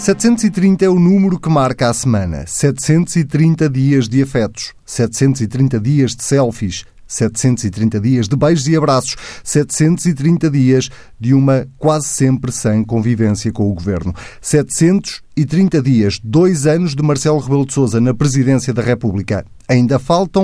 730 é o número que marca a semana. 730 dias de afetos, 730 dias de selfies, 730 dias de beijos e abraços, 730 dias de uma quase sempre sã convivência com o Governo. 730 dias, 2 anos de Marcelo Rebelo de Sousa na Presidência da República. Ainda faltam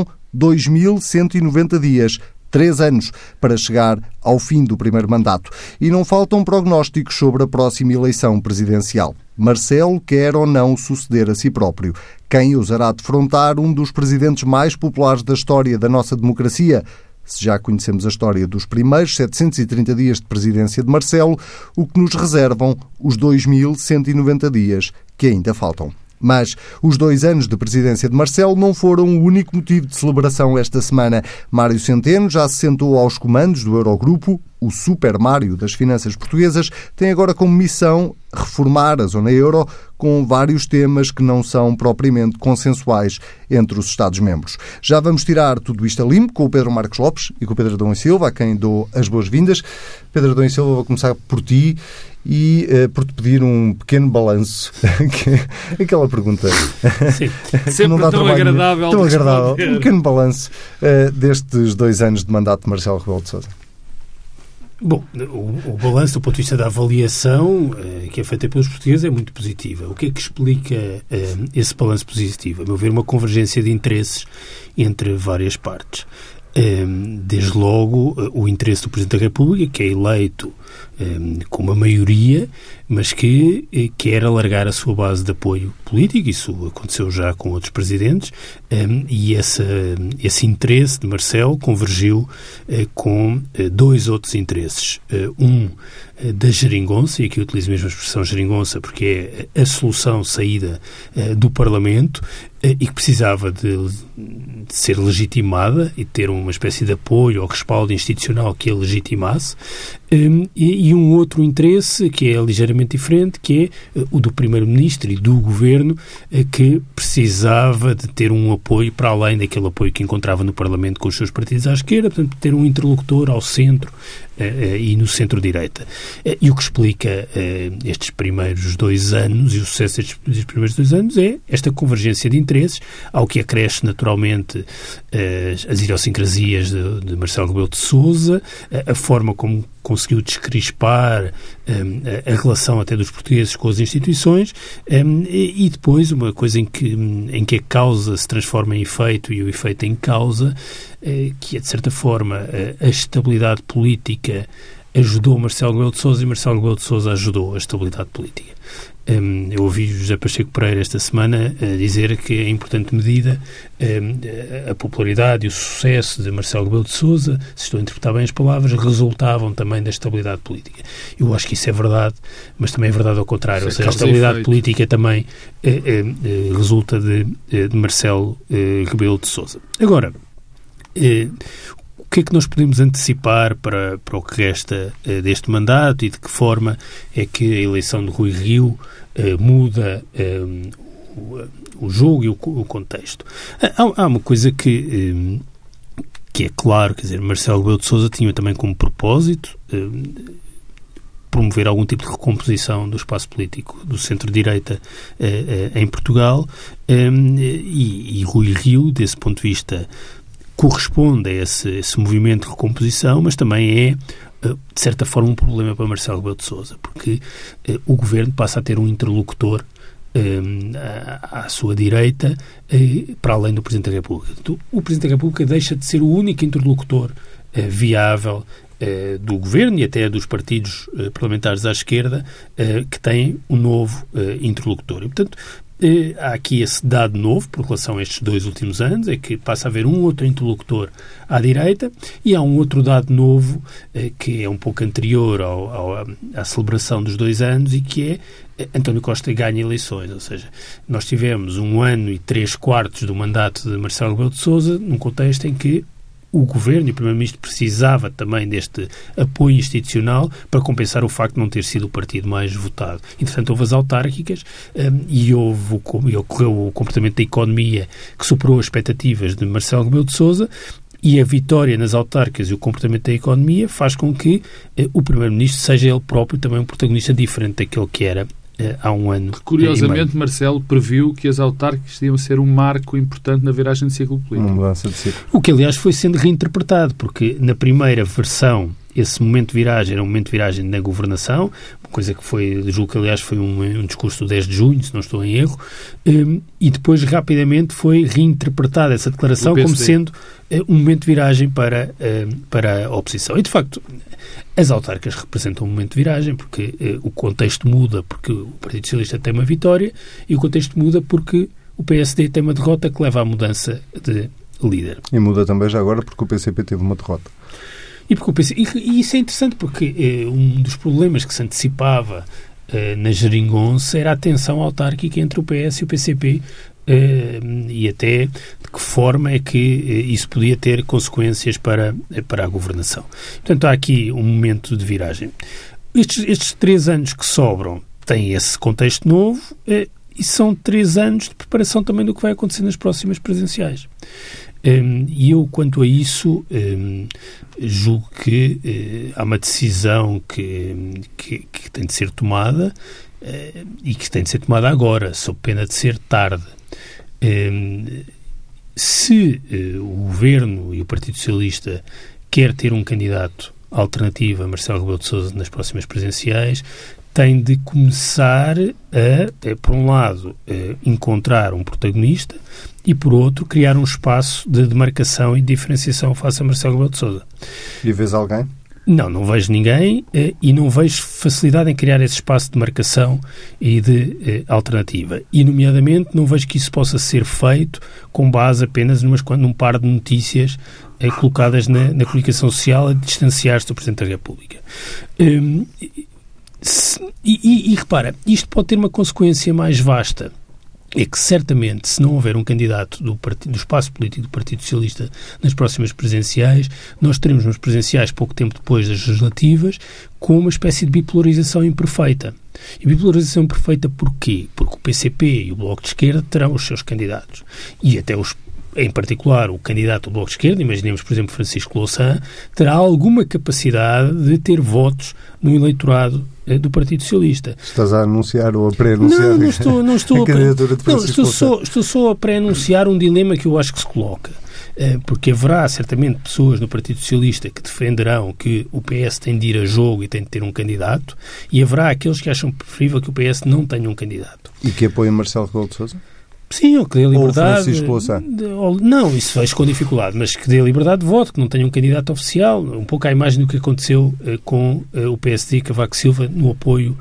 2.190 dias, 3 anos, para chegar ao fim do primeiro mandato. E não faltam prognósticos sobre a próxima eleição presidencial. Marcelo quer ou não suceder a si próprio. Quem ousará defrontar um dos presidentes mais populares da história da nossa democracia? Se já conhecemos a história dos primeiros 730 dias de presidência de Marcelo, o que nos reservam os 2.190 dias que ainda faltam. Mas os 2 anos de presidência de Marcelo não foram o único motivo de celebração esta semana. Mário Centeno já se sentou aos comandos do Eurogrupo. O Super Mário das finanças portuguesas tem agora como missão reformar a zona euro com vários temas que não são propriamente consensuais entre os Estados-membros. Já vamos tirar tudo isto a limpo com o Pedro Marcos Lopes e com o Pedro Adão e Silva, a quem dou as boas-vindas. Pedro Adão e Silva, vou começar por ti e por te pedir um pequeno balanço. Aquela pergunta. Sim, sempre não tão agradável. Tão agradável. Um pequeno balanço destes 2 anos de mandato de Marcelo Rebelo de Sousa. Bom, o balanço do ponto de vista da avaliação que é feita pelos portugueses é muito positiva. O que é que explica esse balanço positivo? A meu ver, uma convergência de interesses entre várias partes. Desde logo, o interesse do Presidente da República, que é eleito com uma maioria, mas que quer alargar a sua base de apoio político. Isso aconteceu já com outros presidentes, e esse interesse de Marcelo convergiu com 2 outros interesses. Um da geringonça, e aqui eu utilizo mesmo a expressão geringonça porque é a solução saída do Parlamento, e que precisava de ser legitimada e ter uma espécie de apoio ou respaldo institucional que a legitimasse, e um outro interesse que é ligeiramente diferente, que é o do Primeiro-Ministro e do Governo, que precisava de ter um apoio para além daquele apoio que encontrava no Parlamento com os seus partidos à esquerda, portanto, ter um interlocutor ao centro e no centro-direita. E o que explica estes primeiros 2 anos e o sucesso destes primeiros 2 anos é esta convergência de interesses, ao que acresce naturalmente as idiosincrasias de Marcelo Rebelo de Sousa, a forma como conseguiu descrispar a relação até dos portugueses com as instituições, e depois uma coisa em que a causa se transforma em efeito e o efeito em causa, que é de certa forma a estabilidade política ajudou Marcelo Rebelo de Sousa e Marcelo Rebelo de Sousa ajudou a estabilidade política. Eu ouvi José Pacheco Pereira esta semana dizer que, em importante medida, a popularidade e o sucesso de Marcelo Rebelo de Sousa, se estou a interpretar bem as palavras, resultavam também da estabilidade política. Eu acho que isso é verdade, mas também é verdade ao contrário. Ou seja, a estabilidade política também resulta de Marcelo Rebelo de Sousa. Agora, o que é que nós podemos antecipar para o que resta deste mandato e de que forma é que a eleição de Rui Rio muda o jogo e o contexto? Há uma coisa que é claro, quer dizer, Marcelo Rebelo de Sousa tinha também como propósito promover algum tipo de recomposição do espaço político do centro-direita em Portugal, e Rui Rio, desse ponto de vista, corresponde a esse movimento de recomposição, mas também é, de certa forma, um problema para Marcelo Rebelo de Sousa, porque o Governo passa a ter um interlocutor à sua direita, para além do Presidente da República. O Presidente da República deixa de ser o único interlocutor viável do Governo e até dos partidos parlamentares à esquerda, que têm um novo interlocutor. E, portanto, há aqui esse dado novo por relação a estes 2 últimos anos, é que passa a haver um outro interlocutor à direita, e há um outro dado novo que é um pouco anterior à celebração dos 2 anos, e que é António Costa ganha eleições. Ou seja, nós tivemos 1 ano e 3/4 do mandato de Marcelo Rebelo de Sousa num contexto em que o Governo e o Primeiro-Ministro precisava também deste apoio institucional para compensar o facto de não ter sido o partido mais votado. Entretanto, houve as autárquicas e ocorreu o comportamento da economia que superou as expectativas de Marcelo Rebelo de Sousa, e a vitória nas autárquicas e o comportamento da economia faz com que o Primeiro-Ministro seja ele próprio também um protagonista diferente daquele que era há um ano. Curiosamente, Marcelo previu que as autárquicas iam ser um marco importante na viragem de ciclo político. Uma mudança de ciclo. O que, aliás, foi sendo reinterpretado, porque na primeira versão esse momento de viragem era um momento de viragem na governação, uma coisa que foi, julgo que aliás foi um discurso do 10 de junho, se não estou em erro, e depois rapidamente foi reinterpretada essa declaração como sendo um momento de viragem para a oposição. E, de facto, as autárquicas representam um momento de viragem porque o contexto muda porque o Partido Socialista tem uma vitória e o contexto muda porque o PSD tem uma derrota que leva à mudança de líder. E muda também já agora porque o PCP teve uma derrota. E isso é interessante porque um dos problemas que se antecipava na geringonça era a tensão autárquica entre o PS e o PCP e até de que forma é que isso podia ter consequências para a governação. Portanto, há aqui um momento de viragem. Estes 3 anos que sobram têm esse contexto novo e são 3 anos de preparação também do que vai acontecer nas próximas presidenciais. E eu, quanto a isso, julgo que há uma decisão que tem de ser tomada e que tem de ser tomada agora, sob pena de ser tarde. Se o Governo e o Partido Socialista quer ter um candidato alternativo a Marcelo Rebelo de Sousa nas próximas presidenciais, tem de começar a, por um lado, encontrar um protagonista e, por outro, criar um espaço de demarcação e diferenciação face a Marcelo Rebelo de Sousa. E vês alguém? Não vejo ninguém e não vejo facilidade em criar esse espaço de marcação e de alternativa. E, nomeadamente, não vejo que isso possa ser feito com base apenas num par de notícias colocadas na comunicação social a distanciar-se do Presidente da República. E repara, isto pode ter uma consequência mais vasta. É que, certamente, se não houver um candidato do espaço político do Partido Socialista nas próximas presidenciais, nós teremos umas presidenciais pouco tempo depois das legislativas com uma espécie de bipolarização imperfeita. E bipolarização imperfeita porquê? Porque o PCP e o Bloco de Esquerda terão os seus candidatos. E até em particular, o candidato do Bloco de Esquerda, imaginemos, por exemplo, Francisco Louçã, terá alguma capacidade de ter votos no eleitorado do Partido Socialista. Estás a anunciar ou a pré-anunciar não estou a candidatura de Francisco Louçã? Estou só a pré-anunciar um dilema que eu acho que se coloca. Porque haverá certamente pessoas no Partido Socialista que defenderão que o PS tem de ir a jogo e tem de ter um candidato, e haverá aqueles que acham preferível que o PS não tenha um candidato. E que apoiam Marcelo Rebelo de Sousa? Sim, ou que dê liberdade... Ou Francisco Louçã? Não, isso vejo com dificuldade, mas que dê liberdade de voto, que não tenha um candidato oficial, um pouco à imagem do que aconteceu com o PSD e Cavaco Silva no apoio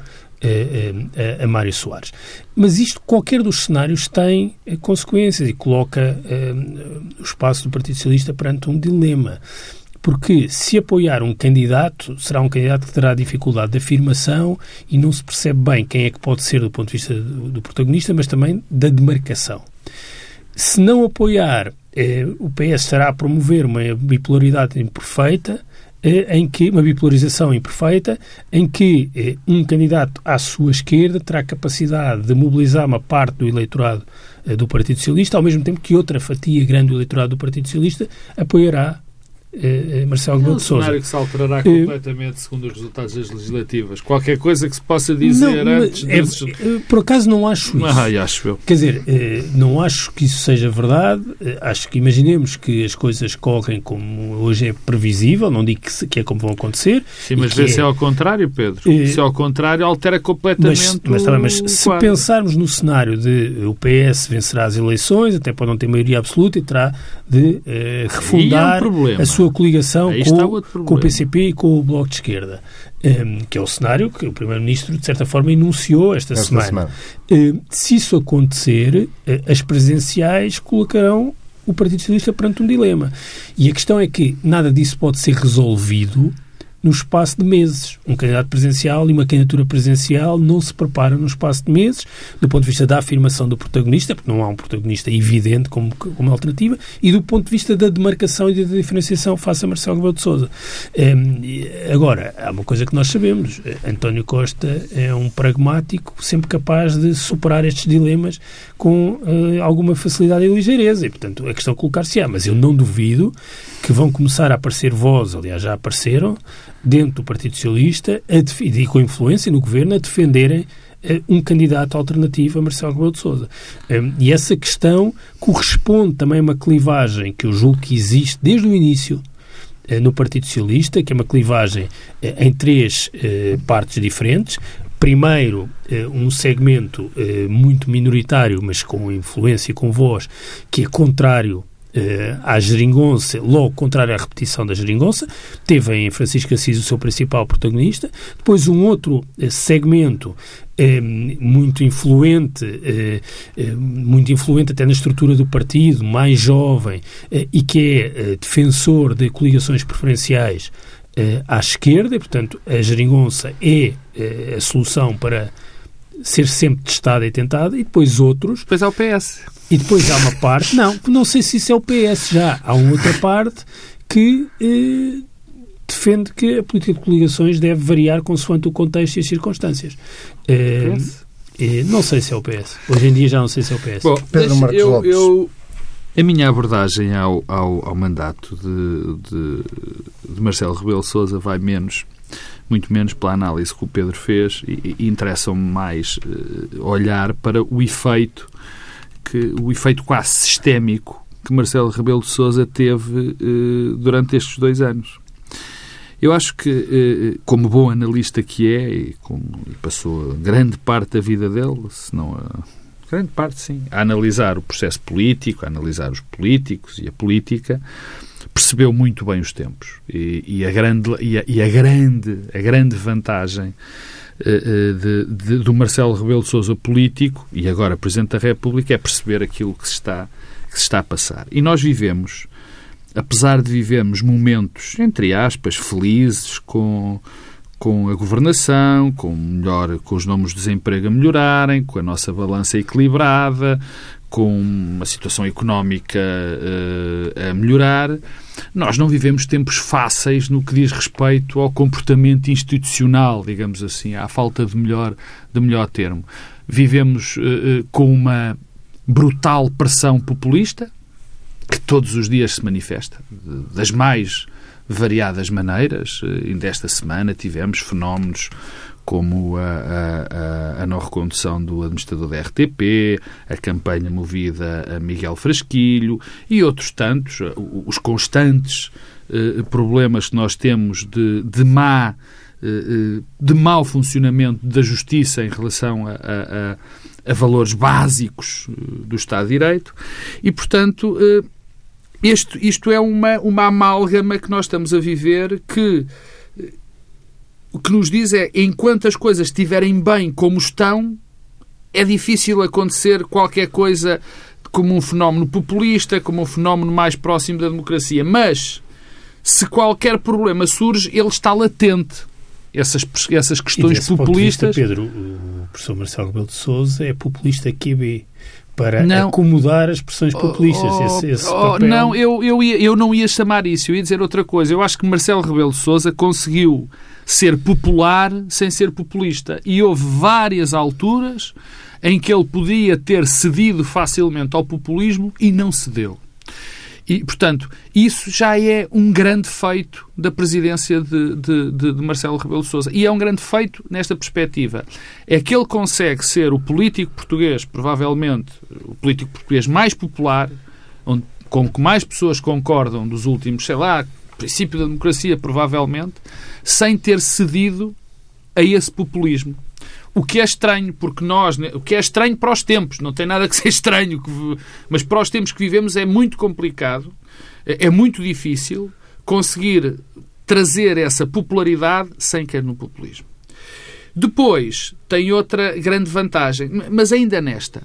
a Mário Soares. Mas isto, qualquer dos cenários, tem consequências e coloca o espaço do Partido Socialista perante um dilema. Porque se apoiar um candidato, será um candidato que terá dificuldade de afirmação e não se percebe bem quem é que pode ser do ponto de vista do protagonista, mas também da demarcação. Se não apoiar, o PS estará a promover uma bipolaridade imperfeita, uma bipolarização imperfeita, em que um candidato à sua esquerda terá capacidade de mobilizar uma parte do eleitorado do Partido Socialista, ao mesmo tempo que outra fatia grande do eleitorado do Partido Socialista apoiará Marcelo Rebelo de Sousa. É um cenário que se alterará completamente segundo os resultados das legislativas. Qualquer coisa que se possa dizer antes desses... Por acaso não acho isso. Acho eu. Quer dizer, não acho que isso seja verdade. Acho que imaginemos que as coisas correm como hoje é previsível. Não digo que é como vão acontecer. Sim, mas vê se é ao contrário, Pedro. Se é ao contrário, altera completamente mas se pensarmos no cenário de o PS vencerá as eleições, até pode não ter maioria absoluta e terá de refundar a sua coligação com o PCP e com o Bloco de Esquerda, que é o cenário que o Primeiro-Ministro, de certa forma, enunciou esta semana. Se isso acontecer, as presidenciais colocarão o Partido Socialista perante um dilema. E a questão é que nada disso pode ser resolvido no espaço de meses. Um candidato presidencial e uma candidatura presidencial não se preparam no espaço de meses, do ponto de vista da afirmação do protagonista, porque não há um protagonista evidente como alternativa, e do ponto de vista da demarcação e da diferenciação face a Marcelo Rebelo de Sousa. Agora, há uma coisa que nós sabemos. António Costa é um pragmático sempre capaz de superar estes dilemas com alguma facilidade e ligeireza. E, portanto, a questão colocar-se-á. Mas eu não duvido que vão começar a aparecer vozes, aliás, já apareceram, dentro do Partido Socialista, e com influência no governo, a defenderem um candidato alternativo a Marcelo Rebelo de Sousa. E essa questão corresponde também a uma clivagem que eu julgo que existe desde o início no Partido Socialista, que é uma clivagem em três partes diferentes. Primeiro, um segmento muito minoritário, mas com influência e com voz, que é contrário à geringonça, logo contrário à repetição da geringonça. Teve em Francisco Assis o seu principal protagonista. Depois um outro segmento muito influente até na estrutura do partido, mais jovem, e que é defensor de coligações preferenciais à esquerda, e, portanto, a geringonça é a solução para ser sempre testada e tentada, e depois outros... Depois há o PS. E depois há uma parte... Não sei se isso é o PS já. Há uma outra parte que defende que a política de coligações deve variar consoante o contexto e as circunstâncias. Não sei se é o PS. Hoje em dia já não sei se é o PS. Bom, Pedro Marcos Lopes. A minha abordagem ao mandato de Marcelo Rebelo de Sousa vai muito menos pela análise que o Pedro fez, e interessa-me mais olhar para o efeito quase sistémico que Marcelo Rebelo de Sousa teve durante estes 2 anos. Eu acho que, como bom analista que é, e passou grande parte da vida dele, se não grande parte, sim, a analisar o processo político, a analisar os políticos e a política, percebeu muito bem os tempos. E a grande vantagem do Marcelo Rebelo de Sousa político, e agora Presidente da República, é perceber aquilo que se está a passar. E nós vivemos, apesar de vivermos momentos, entre aspas, felizes, com a governação, com os números de desemprego a melhorarem, com a nossa balança equilibrada, com uma situação económica a melhorar, nós não vivemos tempos fáceis no que diz respeito ao comportamento institucional, digamos assim, à falta de melhor termo. Vivemos com uma brutal pressão populista, que todos os dias se manifesta, das mais variadas maneiras. Ainda esta semana tivemos fenómenos como a não recondução do administrador da RTP, a campanha movida a Miguel Frasquilho e outros tantos, os constantes problemas que nós temos de mau funcionamento da justiça em relação a valores básicos do Estado de Direito, e, portanto, isto é uma amálgama que nós estamos a viver, que o que nos diz é, enquanto as coisas estiverem bem como estão, é difícil acontecer qualquer coisa como um fenómeno populista, como um fenómeno mais próximo da democracia. Mas, se qualquer problema surge, ele está latente. Essas questões populistas... Pedro, o professor Marcelo Rebelo de Sousa é populista QB, para acomodar as pressões populistas. Papel... Não, eu não ia chamar isso. Eu ia dizer outra coisa. Eu acho que Marcelo Rebelo de Sousa conseguiu ser popular sem ser populista. E houve várias alturas em que ele podia ter cedido facilmente ao populismo e não cedeu. E, portanto, isso já é um grande feito da presidência de Marcelo Rebelo de Sousa. E é um grande feito nesta perspectiva. É que ele consegue ser o político português, provavelmente, o político português mais popular, com que mais pessoas concordam dos últimos, princípio da democracia, provavelmente, sem ter cedido a esse populismo. O que é estranho, porque o que é estranho para os tempos, não tem nada que ser estranho, mas para os tempos que vivemos é muito complicado, é muito difícil conseguir trazer essa popularidade sem cair no populismo. Depois, tem outra grande vantagem, mas ainda nesta.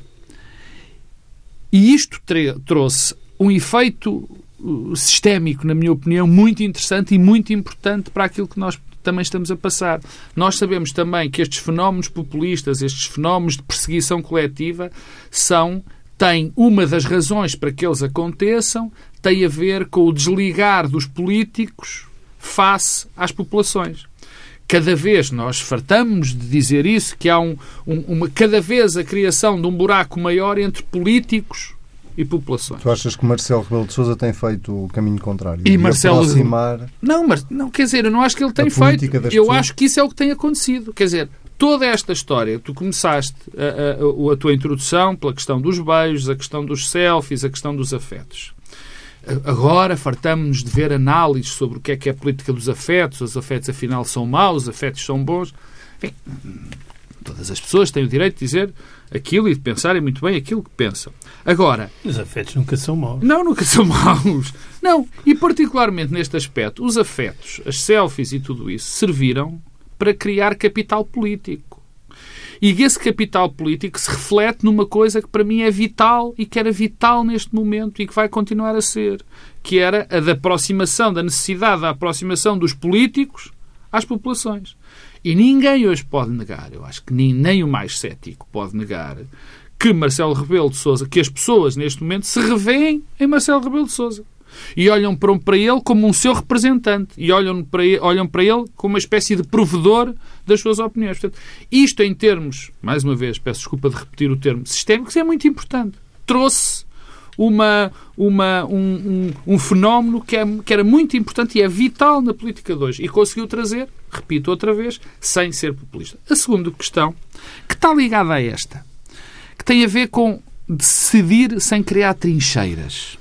E isto trouxe um efeito sistémico, na minha opinião, muito interessante e muito importante para aquilo que nós também estamos a passar. Nós sabemos também que estes fenómenos populistas, estes fenómenos de perseguição coletiva, têm uma das razões para que eles aconteçam, tem a ver com o desligar dos políticos face às populações. Cada vez nós fartamos de dizer isso, que há cada vez a criação de um buraco maior entre políticos e populações. Tu achas que Marcelo Rebelo de Sousa tem feito o caminho contrário? E Marcelo... aproximar... Não, quer dizer, eu não acho que ele tem feito. Eu acho que isso é o que tem acontecido. Quer dizer, toda esta história, tu começaste a tua introdução pela questão dos beijos, a questão dos selfies, a questão dos afetos. Agora fartamos-nos de ver análises sobre o que é a política dos afetos. Os afetos afinal são maus, os afetos são bons. Enfim, todas as pessoas têm o direito de dizer aquilo e de pensarem muito bem aquilo que pensam. Agora... Os afetos nunca são maus. Não, nunca são maus. Não, e particularmente neste aspecto, os afetos, as selfies e tudo isso, serviram para criar capital político. E esse capital político se reflete numa coisa que para mim é vital e que era vital neste momento e que vai continuar a ser, que era a da aproximação, da necessidade da aproximação dos políticos às populações. E ninguém hoje pode negar, eu acho que nem o mais cético pode negar, que Marcelo Rebelo de Sousa, que as pessoas neste momento se revêem em Marcelo Rebelo de Sousa. E olham para ele como um seu representante. E olham para ele como uma espécie de provedor das suas opiniões. Portanto, isto em termos, mais uma vez, peço desculpa de repetir o termo, sistémicos, é muito importante. Trouxe um fenómeno que era muito importante e é vital na política de hoje. E conseguiu trazer, repito outra vez, sem ser populista. A segunda questão, que está ligada a esta, que tem a ver com decidir sem criar trincheiras.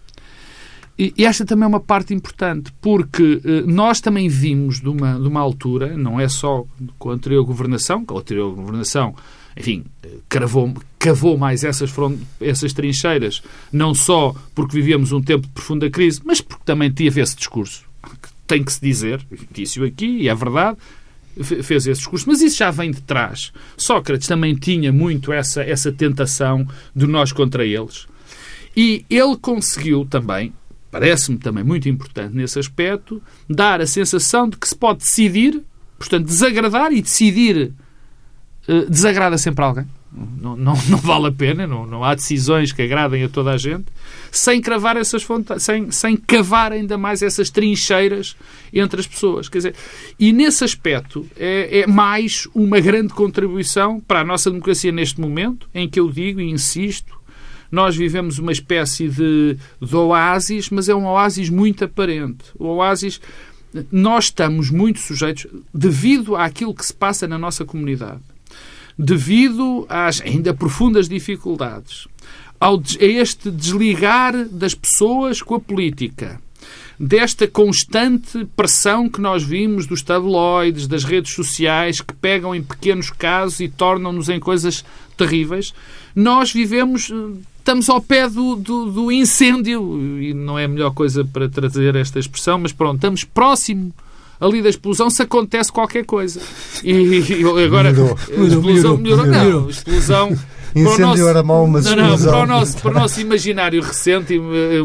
E esta também é uma parte importante, porque nós também vimos de uma altura, não é só com a anterior governação, que a anterior governação, enfim, cavou mais essas trincheiras, não só porque vivíamos um tempo de profunda crise, mas porque também teve esse discurso, que tem que se dizer, disse-o aqui, e é verdade, fez esse discurso, mas isso já vem de trás. Sócrates também tinha muito essa tentação de nós contra eles. E ele conseguiu também, parece-me também muito importante nesse aspecto, dar a sensação de que se pode decidir, portanto, desagradar, e decidir desagrada sempre alguém. Não vale a pena, não há decisões que agradem a toda a gente, sem cravar sem cavar ainda mais essas trincheiras entre as pessoas. Quer dizer, e nesse aspecto é mais uma grande contribuição para a nossa democracia neste momento, em que eu digo e insisto, nós vivemos uma espécie de oásis, mas é um oásis muito aparente. O oásis, nós estamos muito sujeitos, devido àquilo que se passa na nossa comunidade, devido às ainda profundas dificuldades, a este desligar das pessoas com a política, desta constante pressão que nós vimos dos tabloides, das redes sociais, que pegam em pequenos casos e tornam-nos em coisas terríveis, nós estamos ao pé do incêndio, e não é a melhor coisa para trazer esta expressão, mas pronto, estamos próximo ali da explosão se acontece qualquer coisa. E agora a explosão melhorou. Não, a explosão... Incêndio era mau, mas explosão... Para o nosso imaginário recente,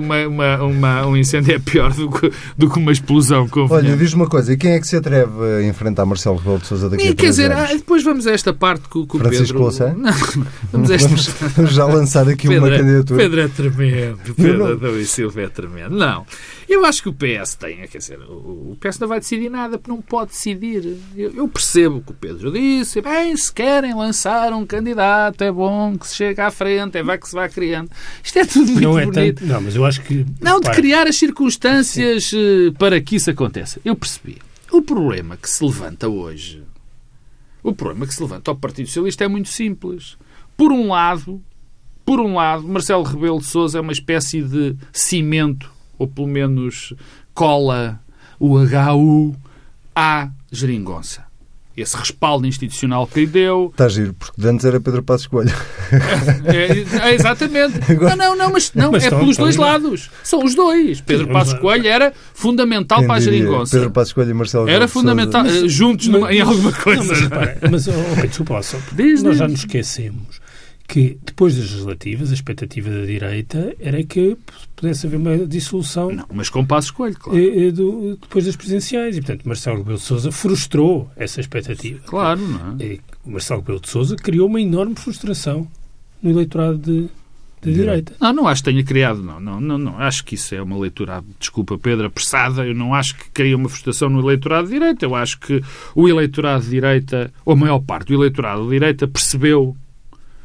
um incêndio é pior do que uma explosão. Olha, diz uma coisa, e quem é que se atreve a enfrentar Marcelo Rebelo de Sousa daqui a 3 anos? Depois vamos a esta parte que o Francisco Pedro... Vamos já lançar aqui uma candidatura. Pedro é tremendo. Pedro Adão e Silva é tremendo. Não. Eu acho que o PS tem... Quer dizer, o PS não vai decidir nada, porque não pode decidir. Eu percebo o que o Pedro disse. Bem, se querem lançar um candidato, é bom que se chega à frente, vai que se vai criando. Isto é tudo muito bonito. Não, mas eu acho que... Não, de criar as circunstâncias para que isso aconteça. Eu percebi. O problema que se levanta hoje, o problema que se levanta ao Partido Socialista é muito simples. Por um lado, Marcelo Rebelo de Sousa é uma espécie de cimento, ou pelo menos cola o HU à geringonça. Esse respaldo institucional que lhe deu... Está giro, porque antes era Pedro Passos Coelho. Exatamente. Agora... Mas é pelos dois lados. São os dois. Pedro Passos Coelho era fundamental para a geringonça. Pedro Passos Coelho e Marcelo era fundamental, juntos em alguma coisa. Desculpa, nós já nos esquecemos que depois das legislativas, a expectativa da direita era que pudesse haver uma dissolução... Não, mas com Passos Coelho, claro. Depois das presidenciais. E, portanto, Marcelo Rebelo de Sousa frustrou essa expectativa. Claro, não é? E o Marcelo Rebelo de Sousa criou uma enorme frustração no eleitorado de direita. Não acho que tenha criado, não. Acho que isso é uma leitura, desculpa Pedro, apressada. Eu não acho que cria uma frustração no eleitorado de direita. Eu acho que o eleitorado de direita, ou a maior parte do eleitorado de direita, percebeu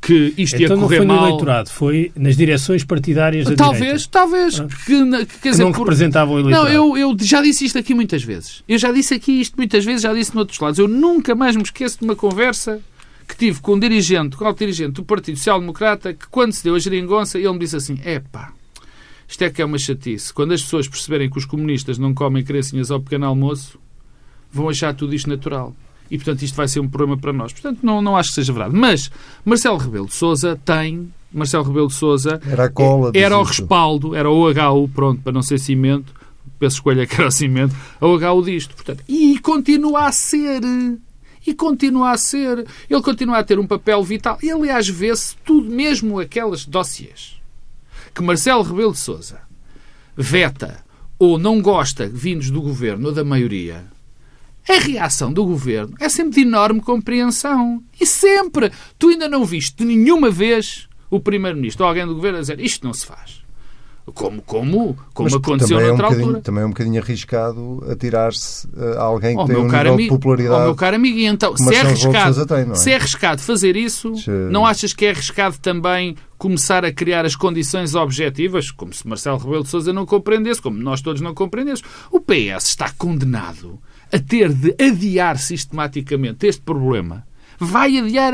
que isto ia correr mal. Então não foi no eleitorado, foi nas direções partidárias da direita. Talvez. Quer dizer, não representavam o eleitorado. Não, eu já disse isto aqui muitas vezes. Eu já disse aqui isto muitas vezes, já disse noutros lados. Eu nunca mais me esqueço de uma conversa que tive com um dirigente, com um alto dirigente do Partido Social Democrata, que quando se deu a geringonça, ele me disse assim, isto é que é uma chatice. Quando as pessoas perceberem que os comunistas não comem criancinhas ao pequeno almoço, vão achar tudo isto natural. E, portanto, isto vai ser um problema para nós. Portanto, não acho que seja verdade. Mas Marcelo Rebelo de Sousa era a cola, era o respaldo, era o HU, pronto, para não ser cimento, peço escolha que era o cimento, o HU disto. Portanto, e continua a ser. Ele continua a ter um papel vital. E, aliás, vê-se tudo, mesmo aquelas dossiês que Marcelo Rebelo de Sousa veta ou não gosta vindos do governo ou da maioria, a reação do governo é sempre de enorme compreensão. E sempre. Tu ainda não viste nenhuma vez o primeiro-ministro ou alguém do governo a dizer isto não se faz. Como aconteceu noutra altura. Também é um bocadinho arriscado atirar-se a alguém que tem um nível de popularidade. Meu caro amigo, e então, se é arriscado fazer isso, não achas que é arriscado também começar a criar as condições objetivas, como se Marcelo Rebelo de Sousa não compreendesse, como nós todos não compreendêssemos? O PS está condenado a ter de adiar sistematicamente este problema. Vai adiar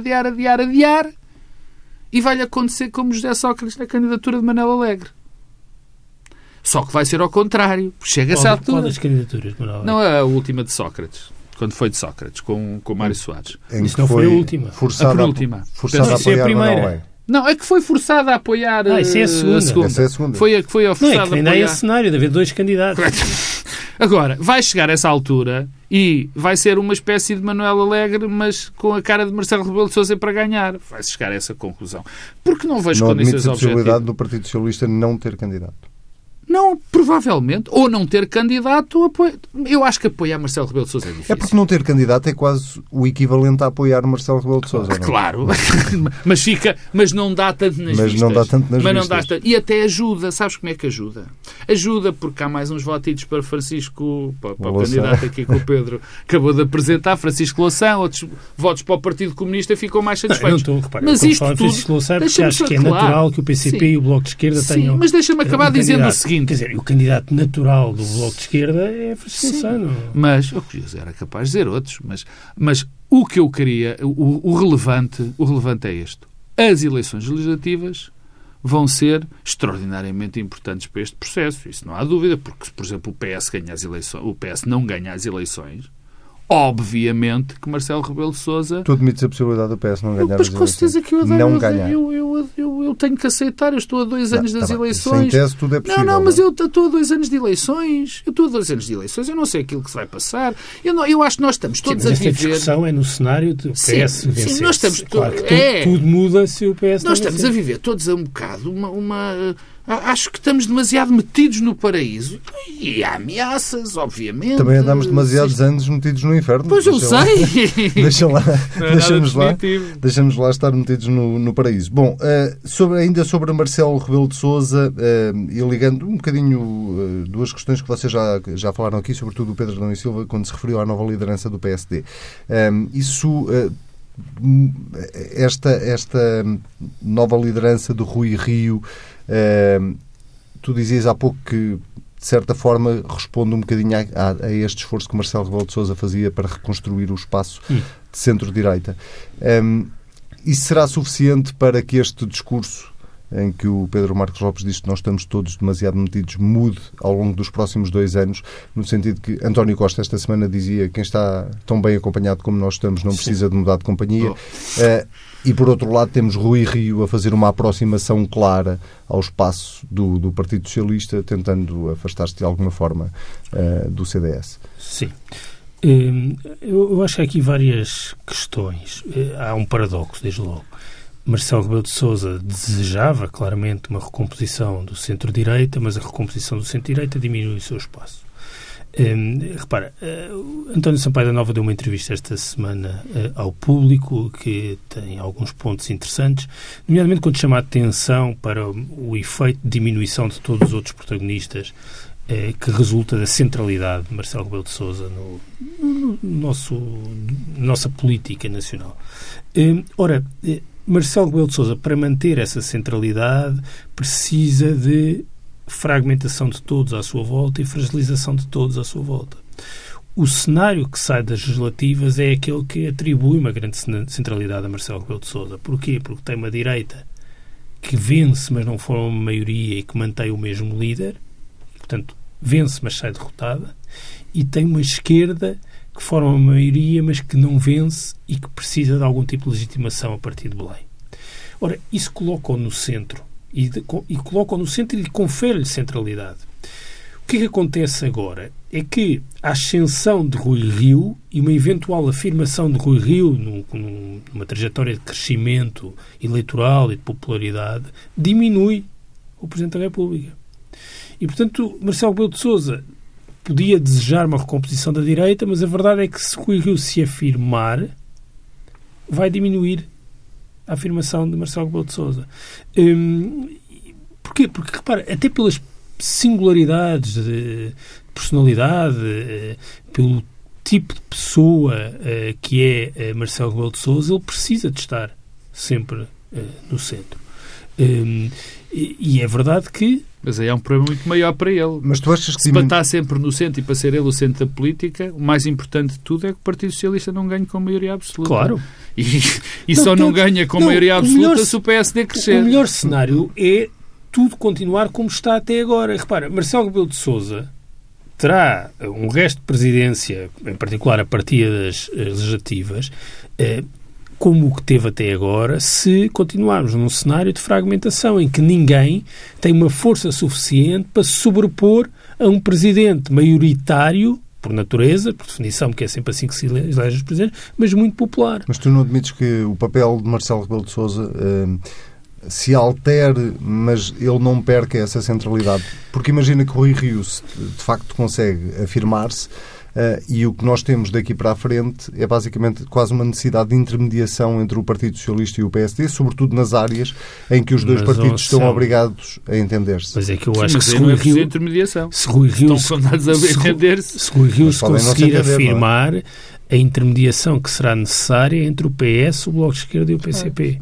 e vai-lhe acontecer como José Sócrates na candidatura de Manel Alegre. Só que vai ser ao contrário. Chega-se à altura. Qual das candidaturas, Manel Alegre? Não, a última de Sócrates. Quando foi de Sócrates, com Mário Soares. Isso não foi a última. Forçada a apoiar a primeira. Não, é que foi forçada a apoiar isso é a segunda. Essa é a segunda. Foi a forçada a apoiar. Ainda é esse cenário de haver dois candidatos. Agora, vai chegar essa altura e vai ser uma espécie de Manuel Alegre, mas com a cara de Marcelo Rebelo de Sousa para ganhar. Vai-se chegar a essa conclusão. Porque não vejo condições objetivas. Não admite a possibilidade do Partido Socialista não ter candidato. Não, provavelmente, ou não ter candidato, eu acho que apoiar Marcelo Rebelo de Sousa é difícil. É porque não ter candidato é quase o equivalente a apoiar Marcelo Rebelo de Sousa. Claro, mas não dá tanto nas vistas. Não dá tanto nas vistas. E até ajuda, sabes como é que ajuda? Ajuda porque há mais uns votitos para Francisco, para o candidato aqui que o Pedro acabou de apresentar, Francisco Louçã, outros votos para o Partido Comunista ficam mais satisfeitos. Mas isto tudo, Francisco Louçã, porque acho que é natural que o PCP e o Bloco de Esquerda tenham... Mas deixa-me acabar dizendo o seguinte. Quer dizer, o candidato natural do Bloco de Esquerda é Francisco Louçã. Mas, eu era capaz de dizer outros, mas o que eu queria, o relevante é este. As eleições legislativas vão ser extraordinariamente importantes para este processo. Isso não há dúvida, porque, por exemplo, o PS não ganha as eleições, obviamente que Marcelo Rebelo de Sousa... Tu admites a possibilidade do PS não ganhar as eleições? Mas com certeza que eu tenho que aceitar. Eu estou a 2 anos das eleições. Sem tese tudo é possível. Não, mas eu estou a 2 anos de eleições. Eu não sei aquilo que se vai passar. Eu acho que nós estamos todos a viver... Esta discussão é no cenário do PS vencer. Sim, nós estamos... Claro que tudo muda se o PS Nós estamos a viver todos um bocado acho que estamos demasiado metidos no paraíso. E há ameaças, obviamente. Também andamos demasiados anos metidos no inferno. Pois eu sei. Deixamos lá estar metidos no paraíso. Bom, ainda sobre Marcelo Rebelo de Sousa, e ligando um bocadinho duas questões que vocês já falaram aqui, sobretudo o Pedro Adão e Silva, quando se referiu à nova liderança do PSD. Esta nova liderança do Rui Rio, tu dizias há pouco que, de certa forma, responde um bocadinho a este esforço que Marcelo Rebelo de Sousa fazia para reconstruir o espaço de centro-direita. Isso será suficiente para que este discurso, em que o Pedro Marcos Lopes diz que nós estamos todos demasiado metidos, mude ao longo dos próximos 2 anos, no sentido que António Costa esta semana dizia que quem está tão bem acompanhado como nós estamos não precisa de mudar de companhia. E, por outro lado, temos Rui Rio a fazer uma aproximação clara ao espaço do Partido Socialista, tentando afastar-se de alguma forma do CDS. Sim. Eu acho que há aqui várias questões. Há um paradoxo, desde logo. Marcelo Rebelo de Sousa desejava claramente uma recomposição do centro-direita, mas a recomposição do centro-direita diminui o seu espaço. Repara, António Sampaio da Nova deu uma entrevista esta semana ao Público que tem alguns pontos interessantes, nomeadamente quando chama a atenção para o efeito de diminuição de todos os outros protagonistas que resulta da centralidade de Marcelo Rebelo de Sousa nossa política nacional. Ora, Marcelo Rebelo de Sousa, para manter essa centralidade, precisa de fragmentação de todos à sua volta e fragilização de todos à sua volta. O cenário que sai das legislativas é aquele que atribui uma grande centralidade a Marcelo Rebelo de Sousa. Porquê? Porque tem uma direita que vence, mas não forma uma maioria e que mantém o mesmo líder, portanto, vence, mas sai derrotada, e tem uma esquerda que forma uma maioria, mas que não vence e que precisa de algum tipo de legitimação a partir de Belém. Ora, isso coloca-o no centro, e coloca-o no centro e confere-lhe centralidade. O que é que acontece agora? É que a ascensão de Rui Rio e uma eventual afirmação de Rui Rio numa trajetória de crescimento eleitoral e de popularidade diminui o Presidente da República. E, portanto, Marcelo Rebelo de Sousa podia desejar uma recomposição da direita, mas a verdade é que se Rui Rio se afirmar, vai diminuir a afirmação de Marcelo Rebelo de Sousa. Porquê? Porque, repara, até pelas singularidades de personalidade, pelo tipo de pessoa que é Marcelo Rebelo de Sousa, ele precisa de estar sempre no centro. E é verdade que... Mas aí é um problema muito maior para ele. Mas tu achas que... Se para estar sempre no centro e para ser ele o centro da política, o mais importante de tudo é que o Partido Socialista não ganhe com maioria absoluta. Claro. E só não ganha com maioria absoluta se o PSD crescer. O melhor cenário é tudo continuar como está até agora. Repara, Marcelo Rebelo de Sousa terá um resto de presidência, em particular a partir das legislativas, como o que teve até agora, se continuarmos num cenário de fragmentação em que ninguém tem uma força suficiente para se sobrepor a um presidente maioritário, por natureza, por definição, porque é sempre assim que se elege os presidentes, mas muito popular. Mas tu não admites que o papel de Marcelo Rebelo de Sousa se altere, mas ele não perca essa centralidade? Porque imagina que o Rui Rio de facto consegue afirmar-se, e o que nós temos daqui para a frente é basicamente quase uma necessidade de intermediação entre o Partido Socialista e o PSD, sobretudo nas áreas em que os dois partidos estão obrigados a entender-se. Mas é que eu acho que se Rui Rio... intermediação. Se Rui Rio estão condenados a entender-se. Se Rui Rio se conseguir afirmar a intermediação que será necessária entre o PS, o Bloco de Esquerda e o PCP.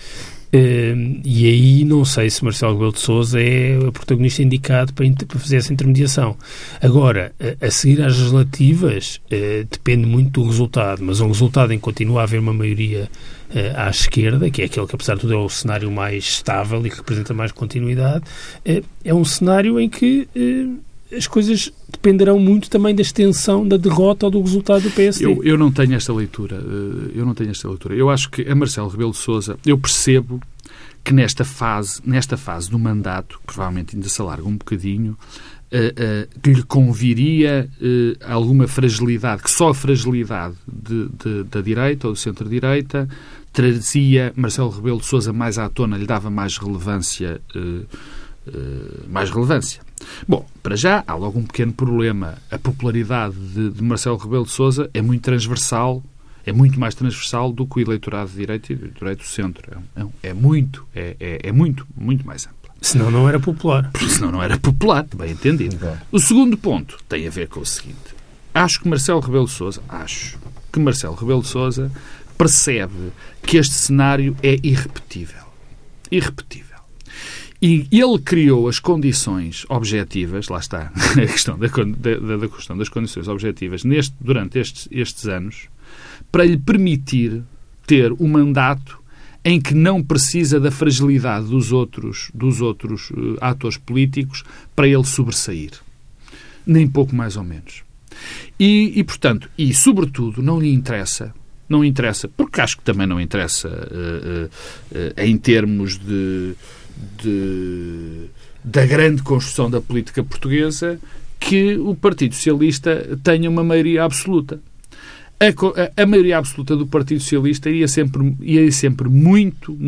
E aí não sei se Marcelo Rebelo de Sousa é o protagonista indicado para fazer essa intermediação. Agora, a seguir às legislativas, depende muito do resultado, mas um resultado em que continua a haver uma maioria à esquerda, que é aquele que, apesar de tudo, é o cenário mais estável e que representa mais continuidade, é um cenário em que as coisas dependerão muito também da extensão da derrota ou do resultado do PSD. Eu não tenho esta leitura. Eu acho que a Marcelo Rebelo de Sousa, eu percebo que nesta fase do mandato, que provavelmente ainda se alarga um bocadinho, que lhe conviria alguma fragilidade, que só a fragilidade da direita ou do centro-direita trazia Marcelo Rebelo de Sousa mais à tona, lhe dava mais relevância. Bom, para já há logo um pequeno problema. A popularidade de Marcelo Rebelo de Sousa é muito transversal, é muito mais transversal do que o eleitorado de direita e o eleitorado do centro. É muito mais ampla. Senão não era popular. Senão não era popular, bem entendido. O segundo ponto tem a ver com o seguinte. Acho que Marcelo Rebelo de Sousa percebe que este cenário é irrepetível. E ele criou as condições objetivas, lá está a questão da questão das condições objetivas, durante estes anos, para lhe permitir ter um mandato em que não precisa da fragilidade dos outros atores políticos para ele sobressair. Nem pouco mais ou menos. E portanto, sobretudo, não lhe interessa, porque acho que também não interessa em termos da grande construção da política portuguesa, que o Partido Socialista tenha uma maioria absoluta. A maioria absoluta do Partido Socialista iria sempre muito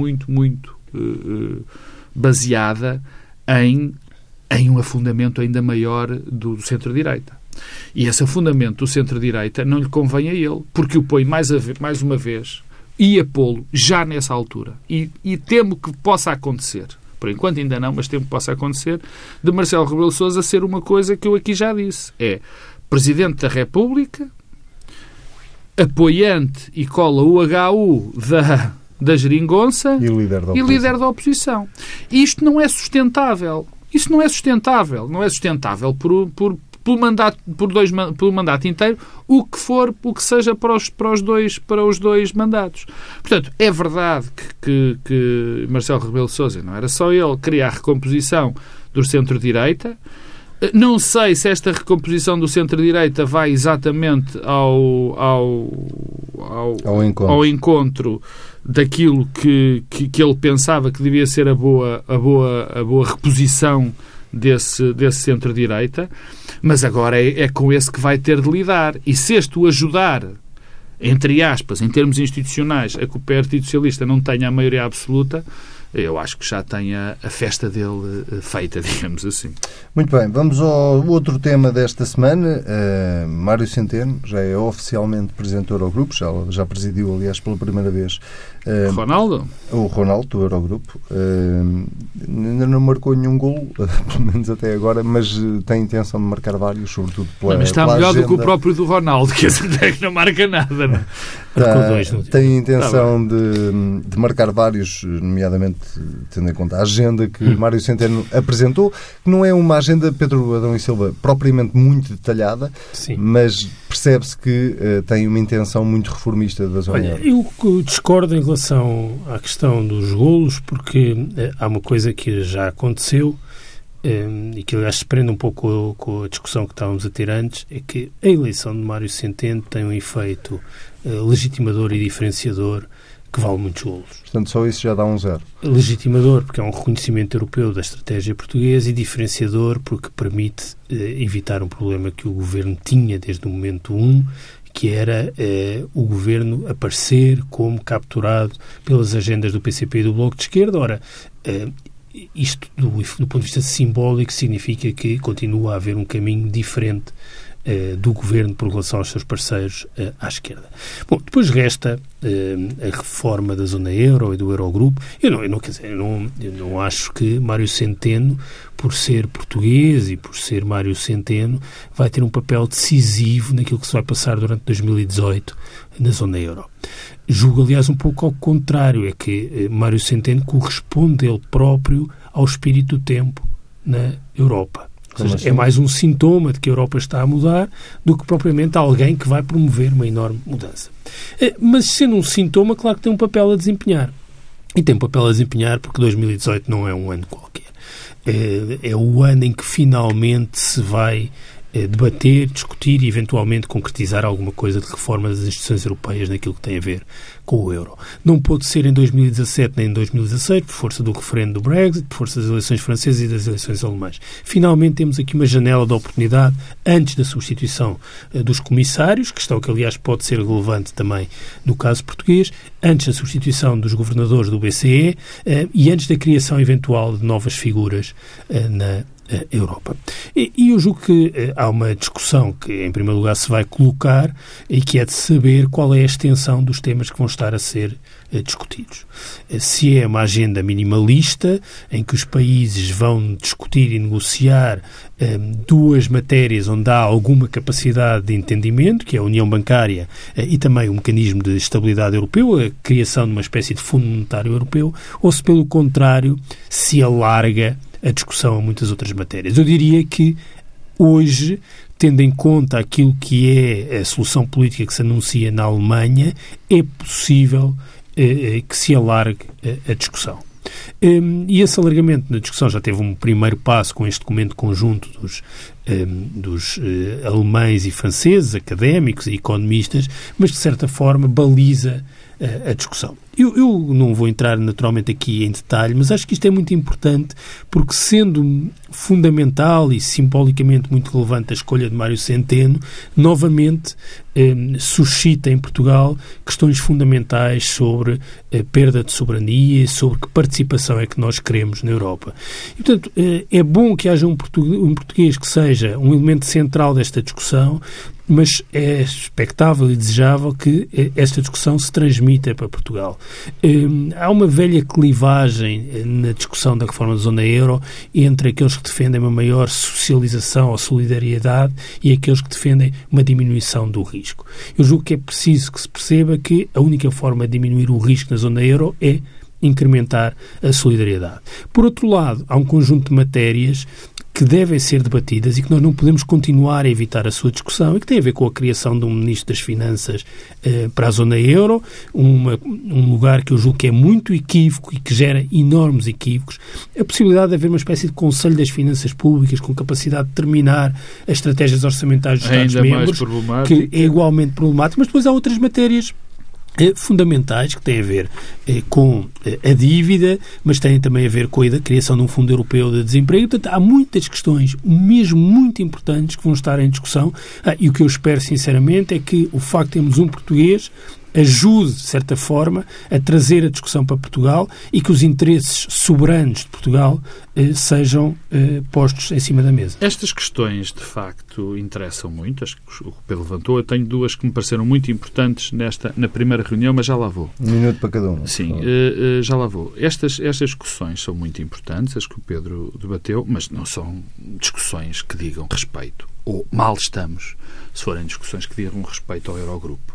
baseada em um afundamento ainda maior do centro-direita. E esse afundamento do centro-direita não lhe convém a ele, porque o põe mais uma vez, ia pô-lo já nessa altura. E temo que possa acontecer, por enquanto ainda não, mas temo que possa acontecer, de Marcelo Rebelo de Sousa ser uma coisa que eu aqui já disse. É Presidente da República, apoiante e cola o HU da geringonça e líder da oposição. Isto não é sustentável. Isso não é sustentável. Não é sustentável pelo mandato inteiro, o que seja para os dois mandatos. Portanto, é verdade que Marcelo Rebelo de Sousa, não era só ele, queria a recomposição do centro-direita. Não sei se esta recomposição do centro-direita vai exatamente ao encontro daquilo que ele pensava que devia ser a boa reposição desse centro-direita, mas agora é com esse que vai ter de lidar. E se este o ajudar, entre aspas, em termos institucionais, a que o Partido Socialista não tenha a maioria absoluta, eu acho que já tem a festa dele feita, digamos assim. Muito bem, vamos ao outro tema desta semana. Mário Centeno já é oficialmente presidente do Eurogrupo, já presidiu, aliás, pela primeira vez. O Ronaldo, do Eurogrupo. Ainda não marcou nenhum golo, pelo menos até agora, mas tem intenção de marcar vários, sobretudo pela Mas está melhor agenda do que o próprio do Ronaldo, que não marca nada. Não? Tem intenção de marcar vários, nomeadamente tendo em conta a agenda que Mário Centeno apresentou, que não é uma agenda, Pedro Adão e Silva, propriamente muito detalhada, sim, mas percebe-se que tem uma intenção muito reformista da zona. Olha, eu discordo em relação à questão dos golos, porque há uma coisa que já aconteceu e que, aliás, se prende um pouco com a discussão que estávamos a ter antes, é que a eleição de Mário Centeno tem um efeito legitimador e diferenciador que vale muitos golos. Portanto, só isso já dá um 0. Legitimador, porque é um reconhecimento europeu da estratégia portuguesa, e diferenciador, porque permite evitar um problema que o Governo tinha desde o momento 1, que era o Governo aparecer como capturado pelas agendas do PCP e do Bloco de Esquerda. Ora, isto, do ponto de vista simbólico, significa que continua a haver um caminho diferente do Governo por relação aos seus parceiros à esquerda. Bom, depois resta a reforma da zona euro e do Eurogrupo. Eu não acho que Mário Centeno, por ser português e por ser Mário Centeno, vai ter um papel decisivo naquilo que se vai passar durante 2018 na zona euro. Julgo, aliás, um pouco ao contrário, é que Mário Centeno corresponde ele próprio ao espírito do tempo na Europa. Ou seja, assim? É mais um sintoma de que a Europa está a mudar do que propriamente alguém que vai promover uma enorme mudança. Mas, sendo um sintoma, claro que tem um papel a desempenhar. E tem um papel a desempenhar porque 2018 não é um ano qualquer. É o ano em que finalmente se vai debater, discutir e eventualmente concretizar alguma coisa de reforma das instituições europeias naquilo que tem a ver com o euro. Não pôde ser em 2017 nem em 2016, por força do referendo do Brexit, por força das eleições francesas e das eleições alemãs. Finalmente temos aqui uma janela de oportunidade antes da substituição dos comissários, questão que, aliás, pode ser relevante também no caso português, antes da substituição dos governadores do BCE e antes da criação eventual de novas figuras na Europa. E eu julgo que há uma discussão que, em primeiro lugar, se vai colocar e que é de saber qual é a extensão dos temas que vão estar a ser discutidos. Se é uma agenda minimalista, em que os países vão discutir e negociar duas matérias onde há alguma capacidade de entendimento, que é a União Bancária e também o Mecanismo de Estabilidade Europeu, a criação de uma espécie de Fundo Monetário Europeu, ou se, pelo contrário, se alarga a discussão a muitas outras matérias. Eu diria que hoje, tendo em conta aquilo que é a solução política que se anuncia na Alemanha, é possível que se alargue a discussão. E esse alargamento na discussão já teve um primeiro passo com este documento conjunto dos alemães e franceses, académicos e economistas, mas de certa forma baliza a discussão. Eu não vou entrar naturalmente aqui em detalhe, mas acho que isto é muito importante porque, sendo fundamental e simbolicamente muito relevante a escolha de Mário Centeno, novamente suscita em Portugal questões fundamentais sobre a perda de soberania e sobre que participação é que nós queremos na Europa. E, portanto, é bom que haja um português que seja um elemento central desta discussão, mas é expectável e desejável que esta discussão se transmita para Portugal. Há uma velha clivagem na discussão da reforma da zona euro entre aqueles que defendem uma maior socialização ou solidariedade e aqueles que defendem uma diminuição do risco. risco. Eu julgo que é preciso que se perceba que a única forma de diminuir o risco na zona euro é incrementar a solidariedade. Por outro lado, há um conjunto de matérias que devem ser debatidas e que nós não podemos continuar a evitar a sua discussão e que tem a ver com a criação de um Ministro das Finanças para a zona euro, um lugar que eu julgo que é muito equívoco e que gera enormes equívocos. A possibilidade de haver uma espécie de Conselho das Finanças Públicas com capacidade de determinar as estratégias orçamentais dos Estados-membros, que é igualmente problemático, mas depois há outras matérias fundamentais que têm a ver com a dívida, mas têm também a ver com a criação de um Fundo Europeu de Desemprego. Portanto, há muitas questões mesmo muito importantes que vão estar em discussão e o que eu espero sinceramente é que o facto de termos um português ajude, de certa forma, a trazer a discussão para Portugal e que os interesses soberanos de Portugal sejam postos em cima da mesa. Estas questões, de facto, interessam muito, as que o Pedro levantou. Eu tenho duas que me pareceram muito importantes na primeira reunião, mas já lá vou. Um minuto para cada um. Sim, já lá vou. Estas discussões são muito importantes, as que o Pedro debateu, mas não são discussões que digam respeito, ou mal estamos, se forem discussões que digam respeito ao Eurogrupo.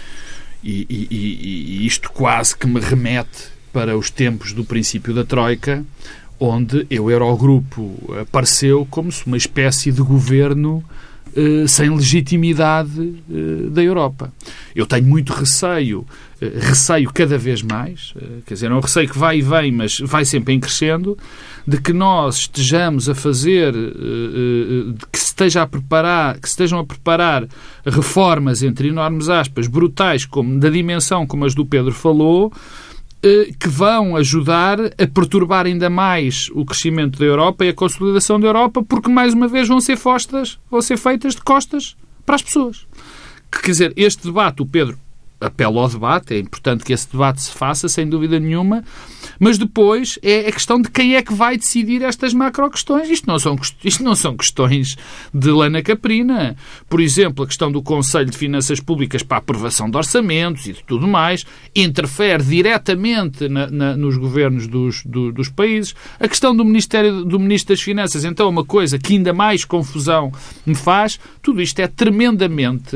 E isto quase que me remete para os tempos do princípio da Troika, onde o Eurogrupo apareceu como se uma espécie de governo sem legitimidade da Europa. Eu tenho muito receio cada vez mais, quer dizer, é um receio que vai e vem, mas vai sempre em crescendo, de que nós estejamos a fazer, que se estejam a preparar reformas, entre enormes aspas, brutais, da dimensão como as do Pedro falou, que vão ajudar a perturbar ainda mais o crescimento da Europa e a consolidação da Europa, porque, mais uma vez, vão ser feitas de costas para as pessoas. Quer dizer, este debate, o Pedro apela ao debate, é importante que esse debate se faça, sem dúvida nenhuma, mas depois é a questão de quem é que vai decidir estas macro-questões. Isto não são questões de lana caprina. Por exemplo, a questão do Conselho de Finanças Públicas para a aprovação de orçamentos e de tudo mais interfere diretamente nos governos dos países. A questão do Ministro das Finanças, então, é uma coisa que ainda mais confusão me faz. Tudo isto é tremendamente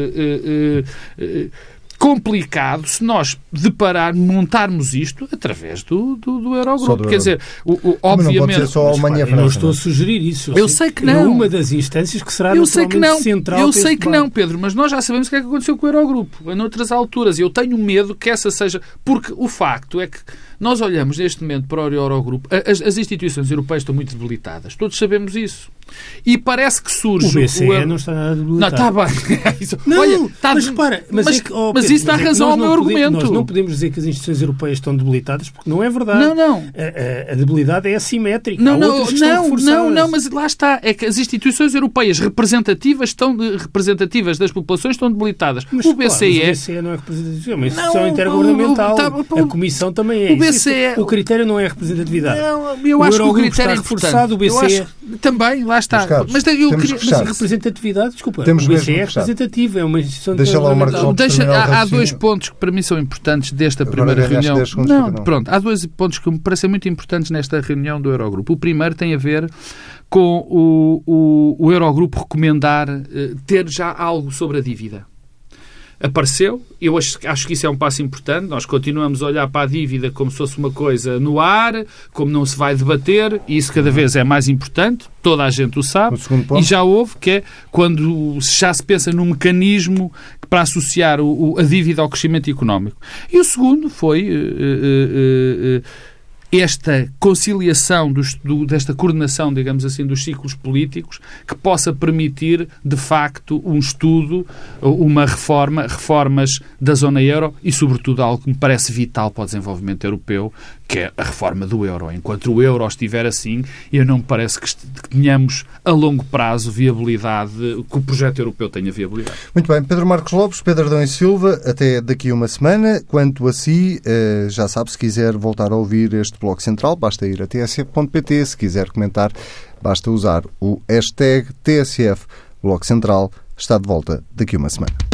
complicado se nós montarmos isto através do Eurogrupo. Quer dizer, obviamente... Eu não estou a sugerir isso. Eu sei que não. É uma das instâncias que será naturalmente central. Eu sei que não, Pedro, mas nós já sabemos o que é que aconteceu com o Eurogrupo em outras alturas. Eu tenho medo que essa seja... Porque o facto é que nós olhamos neste momento para o Eurogrupo, as instituições europeias estão muito debilitadas. Todos sabemos isso. E parece que surge... O BCE não está nada debilitado. Não, está bem. Não, olha, mas repara... Mas isso dá razão ao meu argumento. Nós não podemos dizer que as instituições europeias estão debilitadas, porque não é verdade. Não. A debilidade é assimétrica. Não, mas lá está. É que as instituições europeias representativas das populações estão debilitadas. Mas, o BCE... Claro, o BCE não é representativo, é uma instituição intergovernamental. A Comissão também é. O critério não é a representatividade. Não, eu acho que o critério é reforçado, o BCE... Também, lá está. Carlos, mas eu queria... Mas a representatividade, desculpa, temos o BCE é representativo, é uma instituição Há dois pontos que para mim são importantes desta primeira reunião. Há dois pontos que me parecem muito importantes nesta reunião do Eurogrupo. O primeiro tem a ver com o Eurogrupo recomendar ter já algo sobre a dívida. Apareceu, eu acho que isso é um passo importante. Nós continuamos a olhar para a dívida como se fosse uma coisa no ar, como não se vai debater, e isso cada vez é mais importante, toda a gente o sabe, e já houve, que é quando já se pensa num mecanismo para associar a dívida ao crescimento económico. E o segundo foi esta conciliação desta coordenação, digamos assim, dos ciclos políticos que possa permitir, de facto, um estudo, reformas da zona euro e, sobretudo, algo que me parece vital para o desenvolvimento europeu, que é a reforma do euro. Enquanto o euro estiver assim, eu não me parece que tenhamos a longo prazo viabilidade, que o projeto europeu tenha viabilidade. Muito bem. Pedro Marcos Lopes, Pedro Adão e Silva, até daqui a uma semana. Quanto a si, já sabe, se quiser voltar a ouvir este Bloco Central, basta ir a tsf.pt. Se quiser comentar, basta usar o hashtag TSF. Bloco Central está de volta daqui a uma semana.